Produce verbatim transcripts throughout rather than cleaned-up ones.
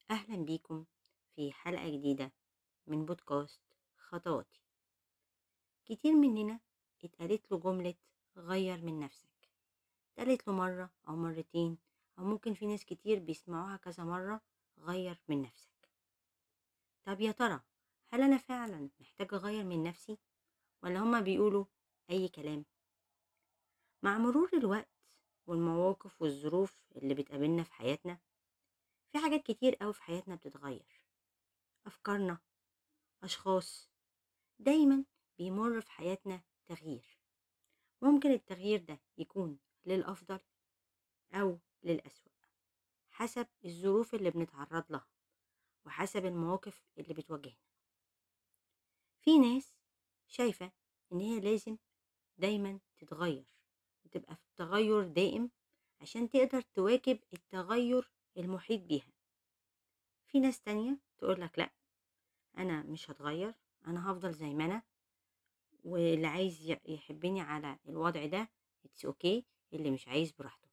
أهلا بيكم في حلقة جديدة من بودكاست خطواتي. كتير مننا اتقالت له جملة غير من نفسك، اتقالت له مرة أو مرتين، أو ممكن في ناس كتير بيسمعوها كذا مرة: غير من نفسك. طب يا ترى، هل أنا فعلا محتاجة أغير من نفسي، ولا هما بيقولوا أي كلام؟ مع مرور الوقت والمواقف والظروف اللي بتقابلنا في حياتنا، في حاجات كتير أوي في حياتنا بتتغير. أفكارنا، أشخاص، دايما بيمر في حياتنا تغيير. ممكن التغيير ده يكون للأفضل أو للأسوأ، حسب الظروف اللي بنتعرض لها وحسب المواقف اللي بتواجهنا. في ناس شايفة إن هي لازم دايما تتغير وتبقى في تغير دائم عشان تقدر تواكب التغير المحيط بيها. في ناس تانية تقولك لأ، أنا مش هتغير، أنا هفضل زي ما أنا، واللي عايز ي- يحبني على الوضع ده اتس اوكي، اللي مش عايز براحته.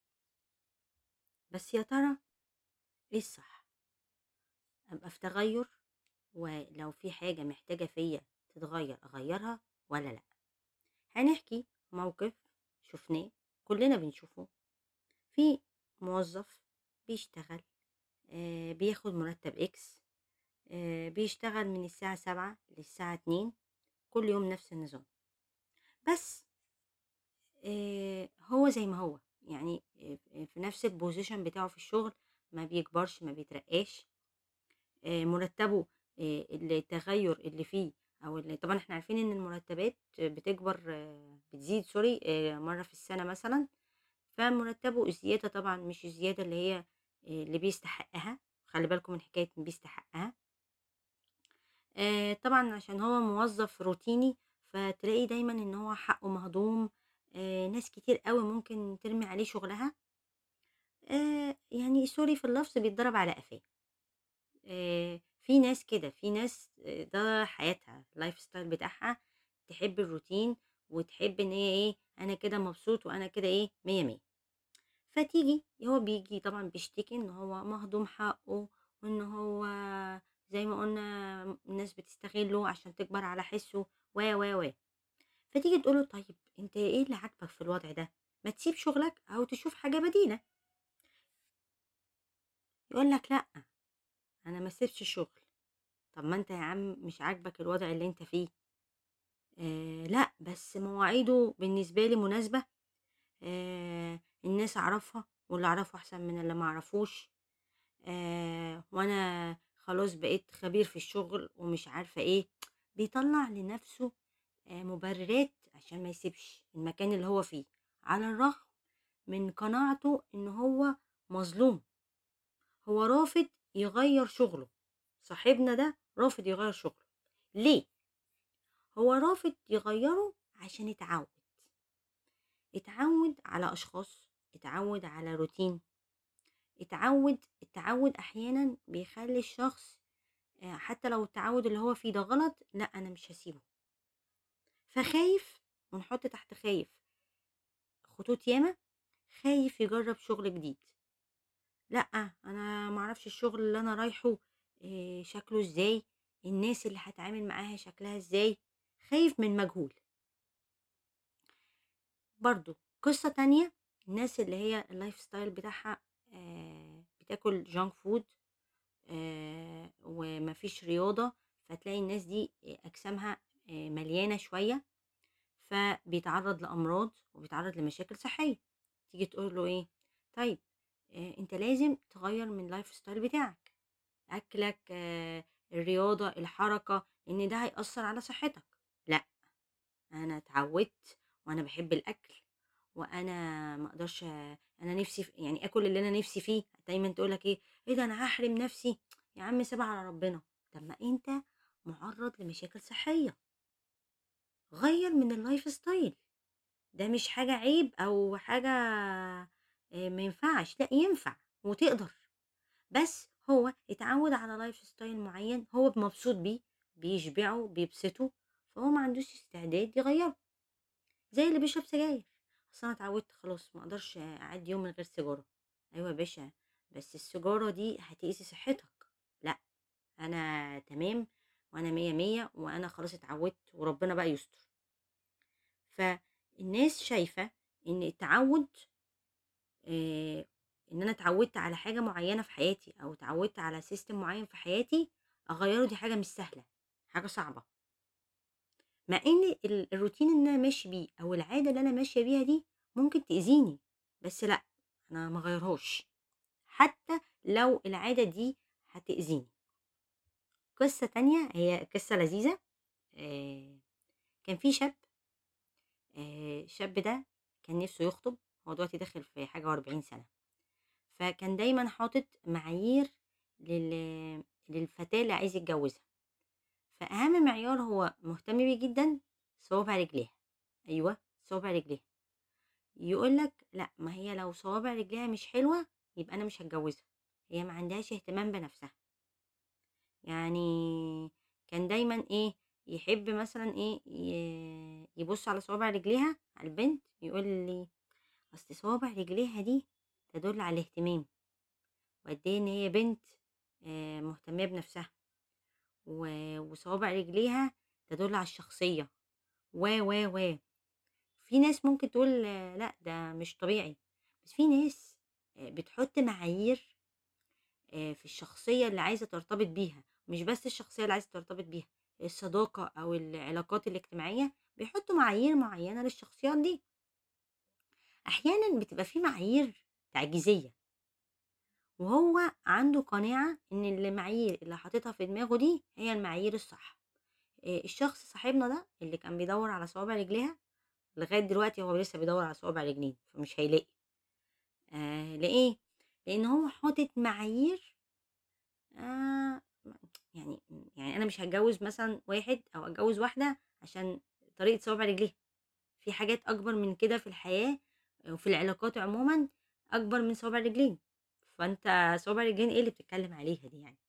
بس يا ترى ايه الصح؟ ابقى في تغير، ولو في حاجة محتاجة فيا تتغير اغيرها ولا لا؟ هنحكي موقف شفناه، كلنا بنشوفه. في موظف بيشتغل، آه بياخد مرتب اكس، آه بيشتغل من الساعة سبعة للساعة اتنين، كل يوم نفس النظام. بس آآ هو زي ما هو، يعني آآ في نفس الposition بتاعه في الشغل، ما بيكبرش، ما بيترقّاش. آآ مرتّبه، آآ التغيُّر اللي فيه، أو ال طبعًا إحنا عارفين إن المرتّبات بتكبر، آه، بتزيد sorry آآ مرّة في السَنة مثلًا، فمرتّبه الزيادة طبعًا مش الزيادة اللي هي آآ اللي بيستحقّها. خلّي بالكم من حكاية بيستحقّها. آآ طبعًا عشان هو موظف روتيني، فتلاقي دايمًا إن هو حقّه مهضوم. آآ ناس كتير أوي ممكن ترمي عليه شغلها، آآ يعني sorry في اللفظ، بيتضرب على قفاه. آآ في ناس كده، في ناس آآ ده حياتها الlifestyle بتاعها، تحب الروتين وتحب إن هي إيه، أنا كده مبسوط وأنا كده إيه، مِيَّة، مِيَّة. فتيجي هو بييجي طبعًا بيشتكي إن هو مهضوم حقّه، وإن هو زي ما قُلنا الناس بتستغلّه عشان تكبر على حسّه، و، و، و. فتيجي تقول له: طيب أنت إيه اللي عاجبك في الوضع ده؟ ما تسيب شغلك أو تشوف حاجة بديلة. يقول لك: لأ، أنا ما اسيبش الشغل. طب ما أنت يا عم مش عاجبك الوضع اللي أنت فيه. آآ لأ، بس مواعيده بالنسبة لي مناسبة، آآ الناس أعرفها واللي أعرفه أحسن من اللي ما أعرفوش. آآ وأنا خلاص بقيت خبير في الشغل ومش عارفة إيه. بيطلّع لنَفْسه آآ مُبررات عشان ما يسيبش المكان اللي هو فيه، على الرغم من قناعته إن هو مظلوم. هو رافض يغيّر شغله، صاحبنا ده رافض يغيّر شغله. ليه؟ هو رافض يغيّره عشان اتعوّد، اتعوّد على أشخاص، اتعوّد على روتين، اتعوّد التعوّد أحيانًا بيخلّي الشخص، آآ حتى لو التعوّد اللي هو فيه ده غلط، لأ أنا مش هاسيبه. فخايف، ونحط تحت خايف خطوط ياما، خايف يجرّب شغل جديد. لأ، أنا ما أعرفش الشغل اللي أنا رايحه آآ شكله إزاي، الناس اللي هاتعامل معاها شكلها إزاي، خايف من المجهول. برضه قصة تانية، الناس اللي هي الlifestyle بتاعها آآ بتاكل junk food، آآ وما فيش رياضة، فتلاقي الناس دي آآ أجسامها آآ مليانة شوية، فبيتعرّض لأمراض وبيتعرّض لمشاكل صحية. تيجي تقول له إيه، طيب آآ أنت لازم تغيّر من الlifestyle بتاعك، أكلك، آآ الرياضة، الحركة، لإن ده هيأثّر على صحتك. لأ، أنا اتعوّدت وأنا باحب الأكل، وأنا ما أقدرش، أنا نِفْسي ف يعني آكل اللي أنا نِفْسي فيه. دايمًا تقول لك إيه، إيه ده أنا هاحرم نَفْسي، يا عم سيبها على ربنا. طب ما أنت مُعرّض لمشاكل صحية، غيّر من الlifestyle. ده مش حاجة عيب أو حاجة آآ ما ينفعش، لأ ينفع وتقدر. بس هو اتعوّد على lifestyle معيّن هو ب مبسوط بيه، بيشبعه، بيبسطه، فهو ما عندوش استعداد يغيّره. زي اللي بيشرب سجاير، أصل أنا اتعوّدت خلاص ما أقدرش أعدّي يوم من غير سيجارة. أيوه يا باشا، بس السيجارة دي هتأذي صحتك. لأ، أنا تمام وأنا مِيَّة، مِيَّة وأنا خلاص اتعودت وربنا بقى يستر. فالناس شايفة إن التعوّد آآ إن أنا اتعودت على حاجة معيّنة في حياتي أو اتعودت على system معيّن في حياتي أغيّره دي حاجة مش سهلة، حاجة صعبة. مع إن ال الروتين اللي أنا ماشي بيه أو العادة اللي أنا ماشية بيها دي ممكن تأذيني، بس لأ، أنا ما اغيّرهاش، حتى لو العادة دي هتأذيني. قصة تانية هي قصة لذيذة. آآ كان في شاب. آآ الشاب ده كان نِفْسه يخطب، هو دلوقتي داخل في حاجة وأربعين سَنة، فكان دايمًا حاطط معايير لل للفتاة اللي عايز يتجوزها. فأهم معيار هو مهتم بيه جدًا صوابع رجليها. أيوه، صوابع رجليها. يقول لك لأ، ما هي لو صوابع رجليها مش حلوة يبقى أنا مش هاتجوزها، هي ما عندهاش اهتمام بنفسها. يعني كان دايمًا إيه، يحب مثلًا إيه، ي يبُص على صوابع رجليها، على البنت، يقول لي: أصل صوابع رجليها دي تدل على الاهتمام، وقد إيه إن هي بنت آآ مهتمية بنفسها، و وصوابع رجليها تدل على الشخصية، و، و، و. في ناس ممكن تقول آه، لأ ده مش طبيعي، بس في ناس آآ بتحط معايير آآ في الشخصية اللي عايزة ترتبط بيها، مش بس الشخصية اللي عايزة ترتبط بيها، الصداقة أو العلاقات الاجتماعية بيحطّوا معايير معيّنة للشخصيات دي. أحيانًا بتبقى في معايير تعجيزية، وهو عنده قناعة إن المعايير اللي حاططها في دماغه دي هي المعايير الصح. آآ الشخص صاحبنا ده اللي كان بيدوّر على صوابع رجليها، لغاية دلوقتي هو لسه بيدوّر على صوابع رجلين، فمش هيلاقي. آآ لإيه؟ لإن هو حاطط معايير آآ يعني يعني أنا مش هاتجوّز مثلًا واحد أو أتجوّز واحدة عشان طريقة صوابع رجليها، في حاجات أكبر من كده في الحياة وفي العلاقات عمومًا أكبر من صوابع رجلين، فأنت صوابع رجلين إيه اللي بتتكلّم عليها دي يعني؟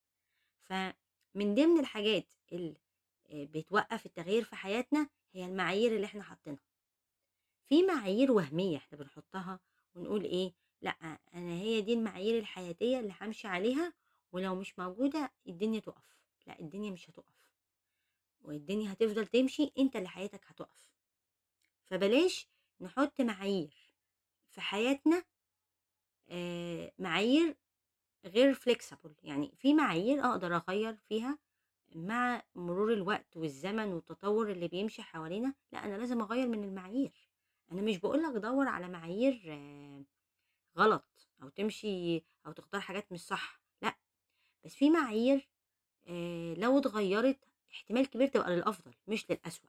فمن ضمن الحاجات اللي آآ بتوقّف التغيير في حياتنا هي المعايير اللي إحنا حاطّينها. في معايير وهمية إحنا بنحطها ونقول إيه، لأ أنا هي دي المعايير الحياتية اللي هامشي عليها، ولو مش موجودة الدنيا تُقف. لأ الدنيا مش هتُقف، والدنيا هتفضل تمشي، أنت اللي حياتك هتُقف. فبلاش نحط معايير في حياتنا، آآ معايير غير flexible. يعني في معايير أقدر أغيّر فيها مع مرور الوقت والزمن والتطور اللي بيمشي حوالينا. لأ أنا لازم أغيّر من المعايير. أنا مش باقول لك دَوّر على معايير آه، غلط أو تمشي أو تختار حاجات مش صح، لأ، بس في معايير آآ لو اتغيّرت احتمال كبير تبقى للأفضل مش للأسوأ.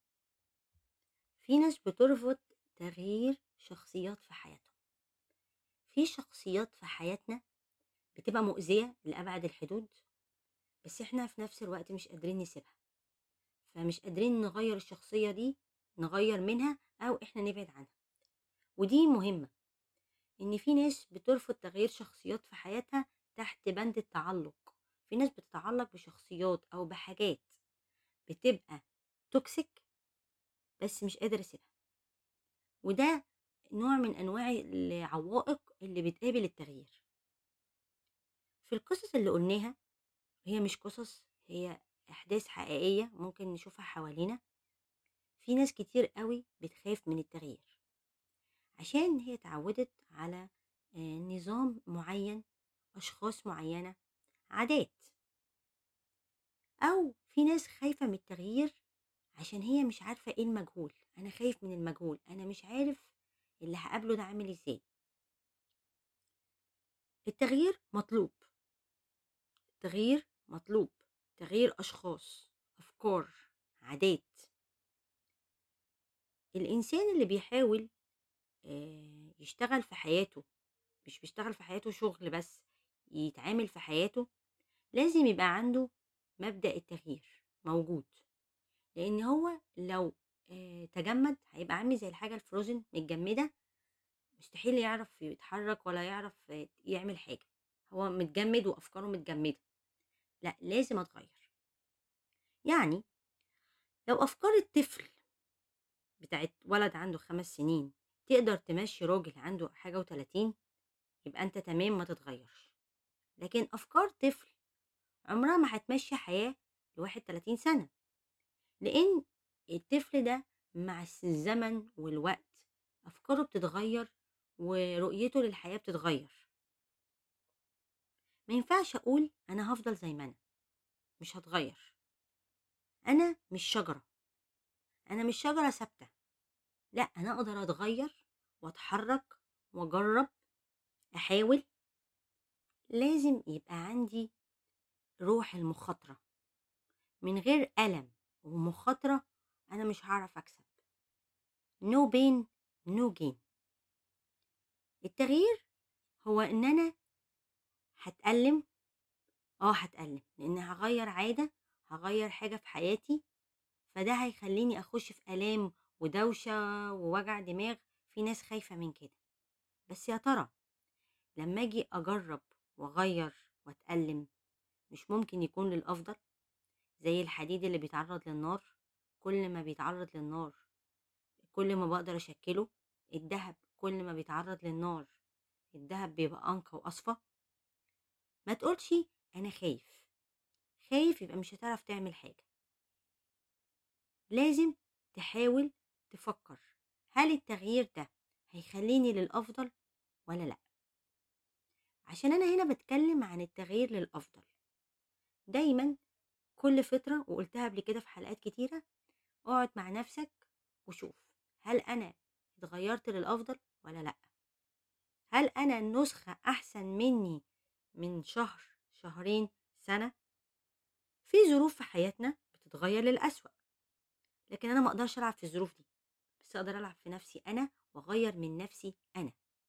في ناس بترفض تغيير شخصيات في حياتهم. في شخصيات في حياتنا بتبقى مؤذية لأبعد الحدود، بس إحنا في نفس الوقت مش قادرين نسيبها، فمش قادرين نغيّر الشخصية دي، نغيّر منها أو إحنا نبعد عنها. ودي مهمة، إن في ناس بترفض تغيير شخصيات في حياتها تحت بند التعلق. في ناس بتتعلق بشخصيات أو بحاجات بتبقى توكسيك بس مش قادر أسيبها، وده نوع من أنواع العوائق اللي بتقابل التغيير. في القصص اللي قلناها، هي مش قصص، هي أحداث حقيقية ممكن نشوفها حوالينا. في ناس كتير قوي بتخاف من التغيير عشان هي اتعودت على آه، نظام معين، أشخاص معينة، عادات. أو في ناس خايفة من التغيير عشان هي مش عارفة إيه المجهول. أنا خايف من المجهول، أنا مش عارف اللي هاقابله ده عامل إزاي. التغيير مطلوب، التغيير مطلوب، تغيير أشخاص، أفكار، عادات. الإنسان اللي بيحاول آآ يشتغل في حياته، مش بيشتغل في حياته شغل بس، يتعامل في حياته، لازم يبقى عنده مبدأ التغيير موجود. لإن هو لو آآ تجمد هيبقى عامل زي الحاجة الfrozen متجمدة، مستحيل يعرف يتحرك ولا يعرف آه، يعمل حاجة، هو متجمد وأفكاره متجمدة. لأ لازم أتغير. يعني لو أفكار الطفل بتاعة ولد عنده خمس سنين تقدر تمشّي راجل عنده حاجة و30، يبقى أنت تمام ما تتغيّرش. لكن أفكار طفل عمرها ما هتمشّي حياة لواحد تلاتين سَنة، لإن الطفل ده مع الس الزمن والوقت أفكاره بتتغيّر ورؤيته للحياة بتتغيّر. ما ينفعش أقول أنا هافضل زي ما أنا، مش هاتغيّر. أنا مش شجرة، أنا مش شجرة ثابتة، لأ أنا أقدر أتغيّر وأتحرّك وأجرّب، أحاول. لازم يبقى عندي روح المخاطرة، من غير ألم ومخاطرة أنا مش هاعرف أكسب. No pain no gain. التغيير هو إن أنا هاتألم، آه هاتألم، لإن هاغيّر عادة، هاغيّر حاجة في حياتي، فده هيخلّيني أخُش في آلام ودوشة ووجع دماغ. في ناس خايفة من كده، بس يا ترى لمّا آجي أجرّب وأغيّر وأتألم مش ممكن يكون للأفضل؟ زي الحديد اللي بيتعرّض للنار، كل ما بيتعرّض للنار كل ما باقدر أشكّله. الدهب كل ما بيتعرّض للنار الدهب بيبقى أنقى وأصفى. ما تقولش أنا خايف، خايف يبقى مش هتعرف تعمل حاجة. لازم تحاول تفكّر هل التغيير ده هيخلّيني للأفضل والّا لأ؟ عشان أنا هنا باتكلّم عن التغيير للأفضل. دايمًا كل فترة وقُلتها قبل كده في حلقات كتيرة، اقعد مع نَفْسك وشوف هل أنا اتغيّرت للأفضل والّا لأ؟ هل أنا النسخة أحسن منّي من شهر، شهرين، سَنة؟ في ظروف في حياتنا بتتغيّر للأسوأ، لكن أنا ما أقدرش ألعب في الظروف دي، بس أقدر ألعب في نَفْسي أنا وأغيّر من نَفْسي أنا.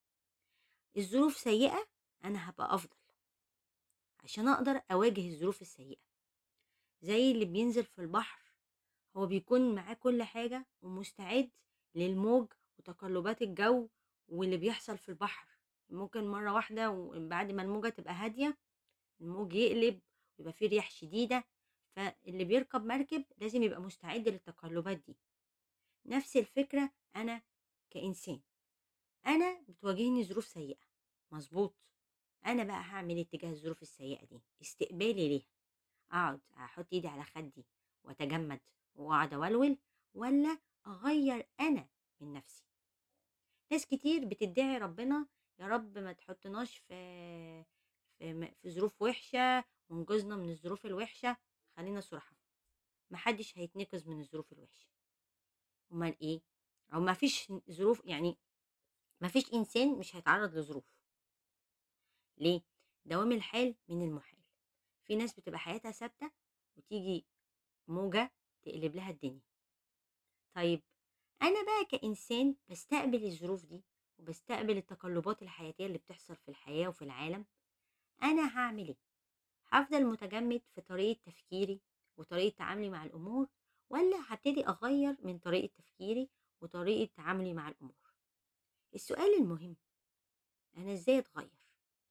الظروف سيئة، أنا هابقى أفضل عشان أقدر أواجه الظروف السيئة. زي اللي بينزل في البحر، هو بيكون معاه كل حاجة ومستعد للموج وتقلبات الجو واللي بيحصل في البحر. ممكن مرة واحدة وبعد ما الموجة تبقى هادية الموج يقلب ويبقى فيه رياح شديدة. فاللي بيركب مركب لازم يبقى مستعد للتقلبات دي. نفس الفكرة أنا كإنسان، أنا بتواجهني ظروف سيئة، مظبوط. أنا بقى هعمل إيه تجاه الظروف السيئة دي؟ استقبالي ليها. أقعد أحط إيدي على خدي وأتجمد وأقعد أولول، ولا أغير أنا من نفسي؟ ناس كتير بتدعي ربنا يا رب ما تحطناش في في, م- في ظروف وحشة وانقذنا من الظروف الوحشة. خلينا صراحة، محدش هيتنقذ من الظروف الوحشة. أمال إيه؟ أو ما فيش ظروف، يعني ما فيش إنسان مش هيتعرض لظروف. ليه؟ دوام الحال من المحال. في ناس بتبقى حياتها ثابتة وتيجي موجة تقلب لها الدنيا. طيب أنا بقى كإنسان باستقبل الظروف دي وباستقبل التقلبات الحياتية اللي بتحصل في الحياة وفي العالم. أنا هاعمل إيه؟ هافضل متجمد في طريقة تفكيري وطريقة تعاملي مع الأمور، والّا هابتدي أغيّر من طريقة تفكيري وطريقة تعاملي مع الأمور؟ السؤال المهم، أنا إزاي أتغيّر؟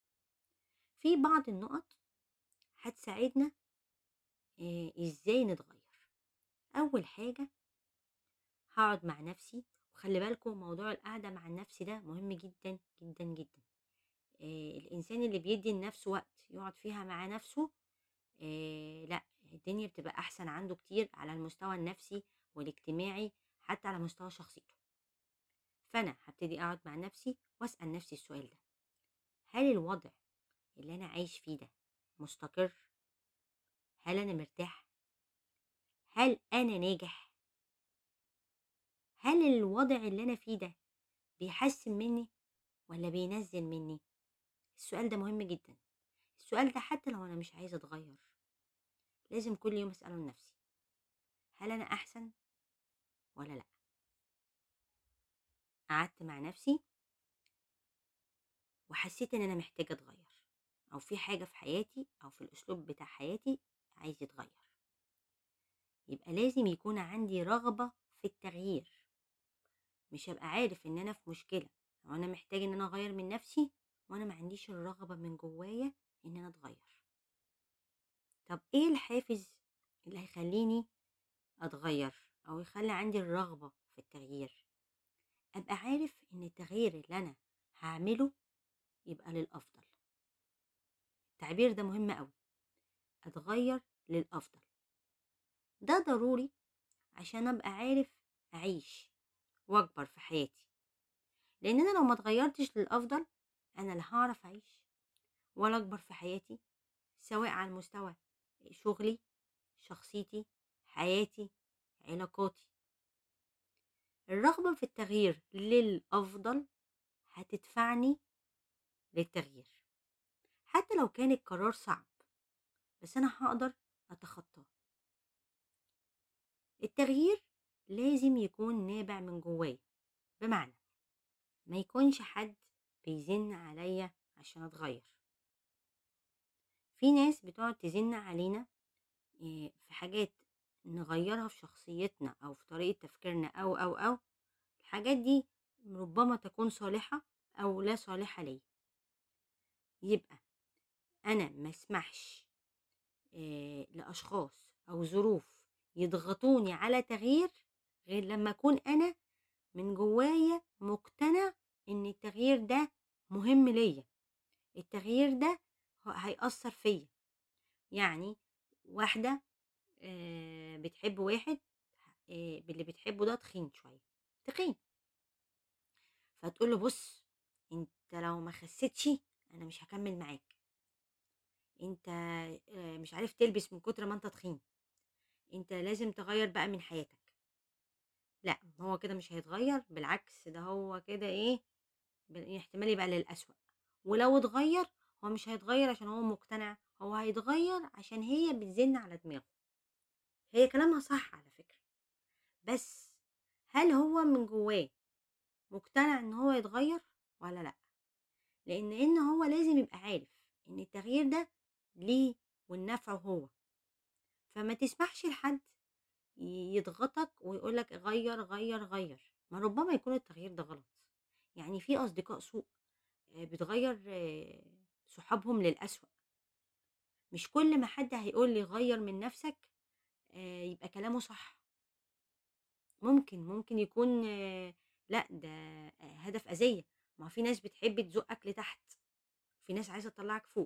في بعض النُقط هتساعدنا آآ إزاي نتغيّر. أول حاجة هاقعد مع نفسي، وخلّي بالكم موضوع القعدة مع النفس ده مهم جدًا، جدًا، جدًا. آآ الإنسان اللي بيدّي لنفسه وقت يقعد فيها مع نفسه، آآ لأ، الدنيا بتبقى أحسن عنده كتير على المستوى النفسي والاجتماعي، حتى على مستوى شخصيته. فأنا هابتدي أقعد مع نفسي وأسأل نفسي السؤال ده: هل الوضع اللي أنا عايش فيه ده مستقر؟ هل أنا مرتاح؟ هل أنا ناجح؟ هل الوضع اللي أنا فيه ده بيحسّن منّي والّا بينزّل منّي؟ السؤال ده مهم جدًا. السؤال ده حتى لو أنا مش عايزة أتغيّر، لازم كل يوم أسأله لنفسي: هل أنا أحسن والّا لأ؟ قعدت مع نفسي وحسيت إن أنا محتاجة أتغيّر، أو في حاجة في حياتي أو في الأسلوب بتاع حياتي عايز يتغيّر، يبقى لازم يكون عندي رغبة في التغيير. مش هابقى عارف إن أنا في مشكلة أو أنا محتاج إن أنا أغيّر من نفسي وأنا ما عنديش الرغبة من جوايا إن أنا أتغيّر. طب إيه الحافز اللي هيخلّيني أتغيّر أو يخلّي عندي الرغبة في التغيير؟ أبقى عارف إن التغيير اللي أنا هاعمله يبقى للأفضل. التعبير ده مهم أوي، أتغيّر للأفضل. ده ضروري عشان أبقى عارف أعيش وأكبر في حياتي، لإن أنا لو ما اتغيّرتش للأفضل أنا لا هاعرف أعيش ولا أكبر في حياتي، سواء على المستوى شغلي، شخصيتي، حياتي، علاقاتي. الرغبة في التغيير للأفضل هتدفعني للتغيير، حتى لو كان القرار صعب، بس أنا هاقدر أتخطاه. التغيير لازم يكون نابع من جوايا، بمعنى ما يكونش حد بيزن عليَّ عشان أتغير. في ناس بتقعد تزن علينا آآ في حاجات نغيّرها في شخصيتنا أو في طريقة تفكيرنا أو، أو، أو، الحاجات دي ربما تكون صالحة أو لا صالحة ليّا. يبقى أنا ما اسمحش آآ لأشخاص أو ظروف يضغطوني على تغيير غير لمّا أكون أنا من جوايا مقتنع إن التغيير ده مهم ليّا، التغيير ده ه هيأثّر فيّا. يعني واحدة آآ بتحب واحد آآ باللي بتحبه ده تخين شوية، تخين، فتقول له: "بُص، أنت لو ما خسيتش أنا مش هاكمّل معاك، أنت آآ مش عارف تلبس من كتر ما أنت تخين، أنت لازم تغيّر بقى من حياتك." لأ، هو كده مش هيتغيّر، بالعكس ده هو كده إيه، ب احتمال يبقى للأسوأ، ولو اتغيّر هو مش هيتغيّر عشان هو مقتنع، هو هيتغيّر عشان هي بتزن على دماغه. هي كلامها صح على فكرة، بس هل هو من جوّاه مقتنع إن هو يتغيّر والّا لأ؟ لإن إن هو لازم يبقى عارف إن التغيير ده ليه ولنفعه هو، فما تسمحش لحد ي يضغطك ويقول لك غيّر، غيّر، غيّر، ما ربما يكون التغيير ده غلط. يعني في أصدقاء سوء آآ بتغيّر آه، صحابهم للأسوأ، مش كل ما حد هيقول لي غيّر من نَفْسك آآ يبقى كلامه صح. ممكن، ممكن يكون آه، لأ ده هدف أذية، ما هو في ناس بتحب تزُقّك لتحت، في ناس عايزة تطلّعك فوق.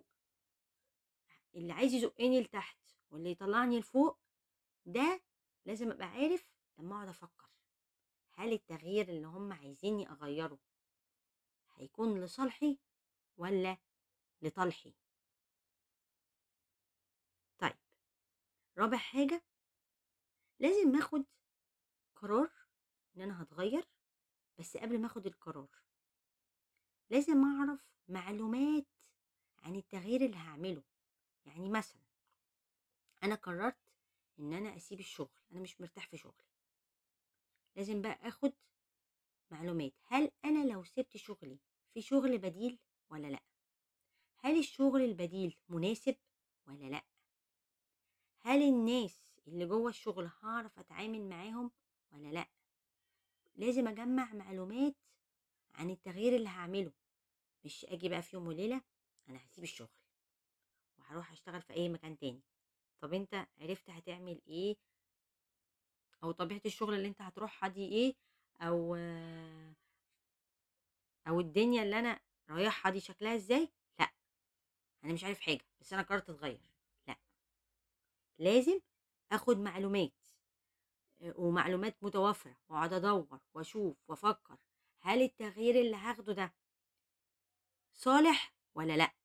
اللي عايز يزُقّني لتحت واللي يطلّعني لفوق ده لازم أبقى عارف لمّا أقعد أفكّر، هل التغيير اللي هم عايزينّي أغيّره هيكون لصالحي والّا لطلحي؟ طيب، رابع حاجة لازم آخُد قرار إن أنا هاتغيّر، بس قبل ما آخُد القرار لازم أعرف معلومات عن التغيير اللي هاعمله. يعني مثلًا أنا قررت إن أنا أسيب الشغل، أنا مش مرتاح في شغلي، لازم بقى آخُد معلومات، هل أنا لو سِبت شغلي في شغل بديل والّا لأ؟ هل الشغل البديل مناسب والّا لأ؟ هل الناس اللي جوّه الشغل هاعرف أتعامل معاهم والّا لأ؟ لازم أجمّع معلومات عن التغيير اللي هاعمله، مش آجي بقى في يوم وليلة أنا هاسيب الشغل وهاروح أشتغل في أي مكان تاني. طَب أنت عرفت هتعمل إيه أو طبيعة الشغل اللي أنت هتروحها دي إيه، أو أو الدنيا اللي أنا رايحها دي شكلها إزاي؟ لأ، أنا مش عارف حاجة، بس أنا قررت أتغيّر. لأ، لازم آخُد معلومات آآ ومعلومات متوافرة وأقعد أدوّر وأشوف وأفكّر، هل التغيير اللي هاخده ده صالح والّا لأ؟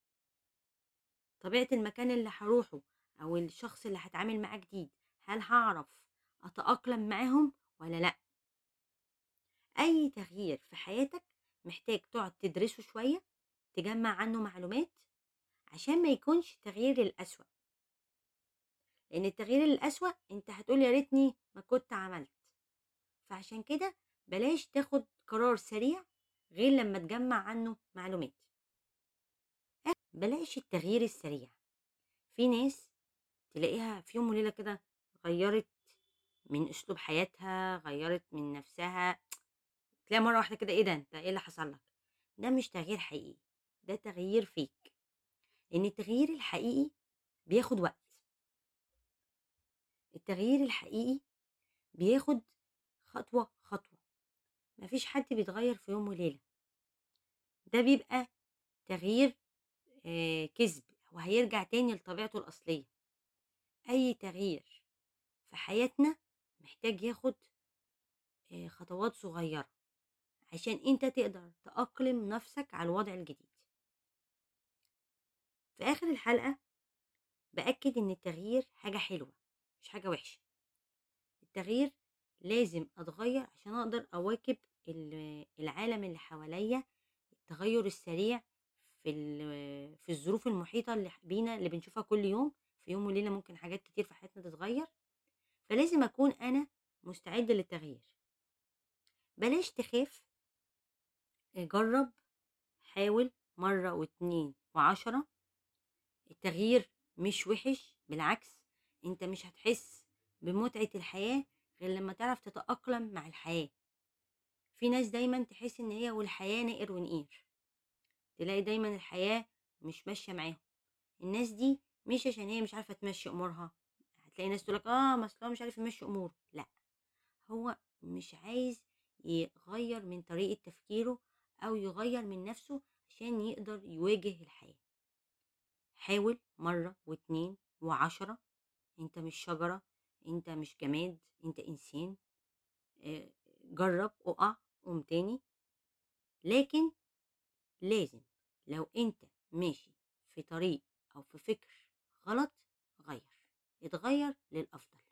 طبيعة المكان اللي هاروحه أو الشخص اللي هاتعامل معاه جديد، هل هاعرف أتأقلم معاهم والّا لأ؟ أي تغيير في حياتك محتاج تقعد تدرسه شوية، تجمّع عنه معلومات، عشان ما يكونش تغيير للأسوأ، لإن التغيير للأسوأ أنت هتقول يا ريتني ما كنت عملت. فعشان كده بلاش تاخد قرار سريع غير لمّا تجمّع عنه معلومات. بلاش التغيير السريع، في ناس تلاقيها في يوم وليلة كده غيّرت من أسلوب حياتها، غيّرت من نَفْسها، تلاقيها مرّة واحدة كده إيه ده أنت إيه اللي حصل لك؟ ده مش تغيير حقيقي، ده تغيير fake، لإن التغيير الحقيقي بياخد وقت، التغيير الحقيقي بياخد خطوة، خطوة، ما فيش حد بيتغيّر في يوم وليلة، ده بيبقى التغيير آآ كِذب، وهيرجع تاني لطبيعته الأصلية. أي تغيير في حياتنا محتاج ياخد آآ خطوات صغيّرة، عشان أنت تقدر تأقلم نَفْسك على الوضع الجديد. في آخر الحلقة بأكد إن التغيير حاجة حلوة مش حاجة وحشة. التغيير لازم أتغيّر عشان أقدر أواكب ال العالم اللي حواليّا، التغيُّر السريع في ال في الظروف المحيطة اللي ح بينا اللي بنشوفها كل يوم، في يوم وليلة ممكن حاجات كتير في حياتنا تتغيّر، فلازم أكون أنا مستعدة للتغيير. بلاش تخاف، آآ جرّب، حاول مرّة واتنين وعشرة. التغيير مش وِحِش، بالعكس أنت مش هتحس بمتعة الحياة غير لمّا تعرف تتأقلم مع الحياة. في ناس دايمًا تحس إن هي والحياة نائر ونقير، تلاقي دايمًا الحياة مش ماشية معاهم. الناس دي مش عشان هي مش عارفة تمشّي أمورها، هتلاقي ناس تقول لك آه، ما أصل هو مش عارف يمشّي أموره، لأ، هو مش عايز يغيّر من طريقة تفكيره أو يغيّر من نَفْسه عشان يقدر يواجه الحياة. حاول مرّة واتنين وعشرة، أنت مش شجرة، أنت مش جماد، أنت إنسان. آآ جرّب، أُقع، قوم تاني. لكن لازم لو أنت ماشي في طريق أو في فكر غلط غيّر، اتغيّر للأفضل.